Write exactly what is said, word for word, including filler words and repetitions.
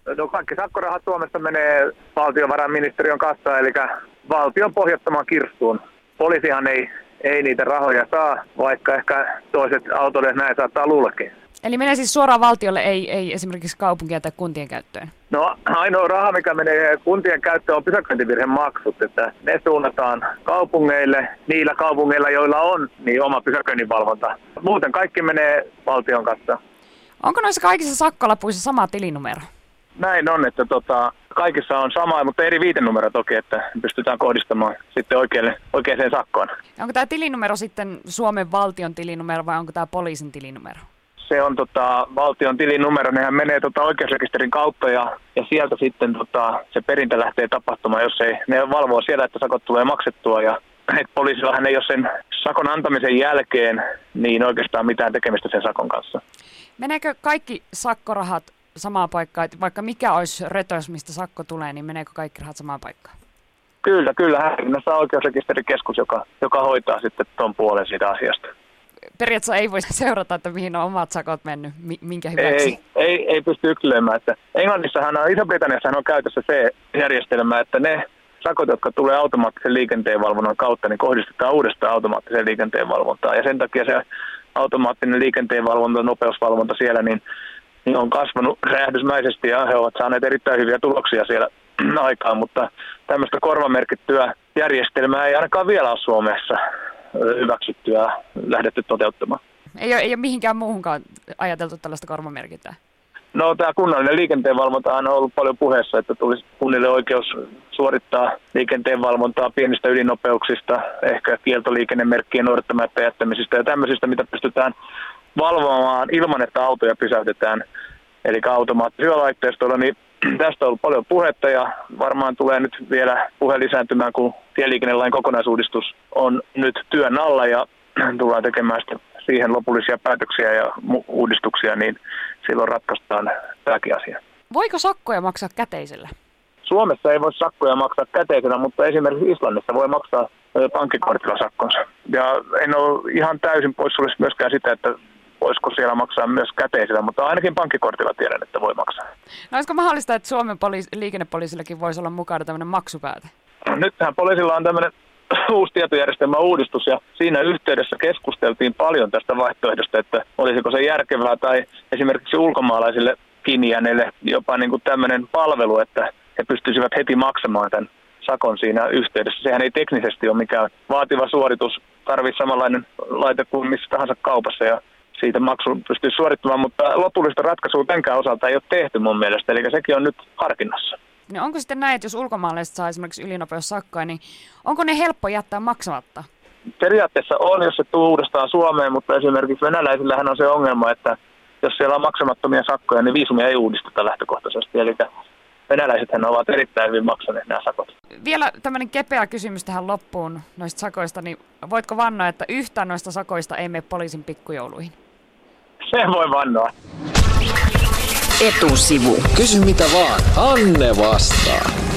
No kaikki sakkorahat Suomessa menee valtiovarainministeriön kassaan, eli valtion pohjattomaan kirstuun. Poliisihan ei, ei niitä rahoja saa, vaikka ehkä toiset autoille näin saattaa luullakin. Eli menee siis suoraan valtiolle, ei, ei esimerkiksi kaupunkien tai kuntien käyttöön? No ainoa raha, mikä menee kuntien käyttöön, on pysäköintivirhemaksut, että ne suunnataan kaupungeille, niillä kaupungeilla, joilla on niin oma pysäköinninvalvonta. Muuten kaikki menee valtion kassaan. Onko noissa kaikissa sakkolapuissa sama tilinumero? Näin on, että tota, kaikissa on sama, mutta eri viitenumero toki, että pystytään kohdistamaan sitten oikealle, oikeaan sakkoon. Onko tämä tilinumero sitten Suomen valtion tilinumero vai onko tämä poliisin tilinumero? Se on tota, valtion tilinumero, nehän menee tota, oikeusrekisterin kautta ja, ja sieltä sitten tota, se perintä lähtee tapahtumaan, jos ei, ne valvoo siellä, että sakot tulee maksettua ja poliisillahan ei ole sen sakon antamisen jälkeen niin oikeastaan mitään tekemistä sen sakon kanssa. Meneekö kaikki sakkorahat samaan paikkaan, että vaikka mikä olisi rötös, mistä sakko tulee, niin meneekö kaikki rahat samaan paikkaan? Kyllä, kyllä. Häirinnässä on oikeusrekisterikeskus, joka, joka hoitaa sitten tuon puolen siitä asiasta. Periaatteessa ei voi seurata, että mihin on omat sakot mennyt, minkä hyväksi? Ei, ei, ei pysty yksilöimään. Että Englannissahan on, Iso-Britanniassahan on käytössä se järjestelmä, että ne sakot, jotka tulee automaattisen liikenteenvalvonnan kautta, niin kohdistetaan uudestaan automaattiseen liikenteenvalvontaan. Ja sen takia se automaattinen liikenteenvalvonta, nopeusvalvonta siellä, niin, niin on kasvanut räjähdysmäisesti ja he ovat saaneet erittäin hyviä tuloksia siellä aikaan, mutta tämmöistä korvamerkittyä järjestelmää ei ainakaan vielä ole Suomessa hyväksyttyä lähdetty toteuttamaan. Ei ole, ei ole mihinkään muuhunkaan ajateltu tällaista korvamerkintää? No tämä kunnallinen liikenteenvalvonta on ollut paljon puheessa, että tulisi kunnille oikeus suorittaa liikenteenvalvontaa pienistä ylinopeuksista, ehkä kieltoliikennemerkkien noudattamatta jättämisistä ja tämmöisistä, mitä pystytään valvomaan ilman, että autoja pysäytetään. Eli automaattisilla laitteistoilla, niin tästä on ollut paljon puhetta ja varmaan tulee nyt vielä puhe lisääntymään, kun tieliikennelain kokonaisuudistus on nyt työn alla ja tullaan tekemään siihen lopullisia päätöksiä ja uudistuksia, niin silloin ratkaistaan tämäkin asia. Voiko sakkoja maksaa käteisellä? Suomessa ei voi sakkoja maksaa käteisellä, mutta esimerkiksi Islannissa voi maksaa pankkikortilla sakkonsa. Ja en ole ihan täysin poissulissa myöskään sitä, että voisiko siellä maksaa myös käteisellä, mutta ainakin pankkikortilla tiedän, että voi maksaa. No olisiko mahdollista, että Suomen poliis- liikennepoliisillakin voisi olla mukana tämmöinen maksupääte? Nythän poliisilla on tämmöinen uusi tietojärjestelmäuudistus ja siinä yhteydessä keskusteltiin paljon tästä vaihtoehdosta, että olisiko se järkevää tai esimerkiksi ulkomaalaisille kiinnijääneille jopa niin kuin tämmöinen palvelu, että he pystyisivät heti maksamaan tämän sakon siinä yhteydessä. Sehän ei teknisesti ole mikään vaativa suoritus, tarvitsee samanlainen laite kuin missä tahansa kaupassa ja siitä maksun pystyy suorittamaan, mutta lopullista ratkaisua tämänkään osalta ei ole tehty mun mielestä, eli sekin on nyt harkinnassa. No onko sitten näin, että jos ulkomaalaiset saa esimerkiksi ylinopeussakkoa, niin onko ne helppo jättää maksamatta? Periaatteessa on, jos se tulee uudestaan Suomeen, mutta esimerkiksi venäläisillähän on se ongelma, että jos siellä on maksamattomia sakkoja, niin viisumia ei uudisteta lähtökohtaisesti, eli venäläisethän ovat erittäin hyvin maksaneet nämä sakot. Vielä tämmöinen kepeä kysymys tähän loppuun noista sakoista, niin voitko vannoa, että yhtään noista sakoista ei mene poliisin pikkujouluihin? Se voi vannoa. Etusivu. Kysy mitä vaan, Anne vastaa.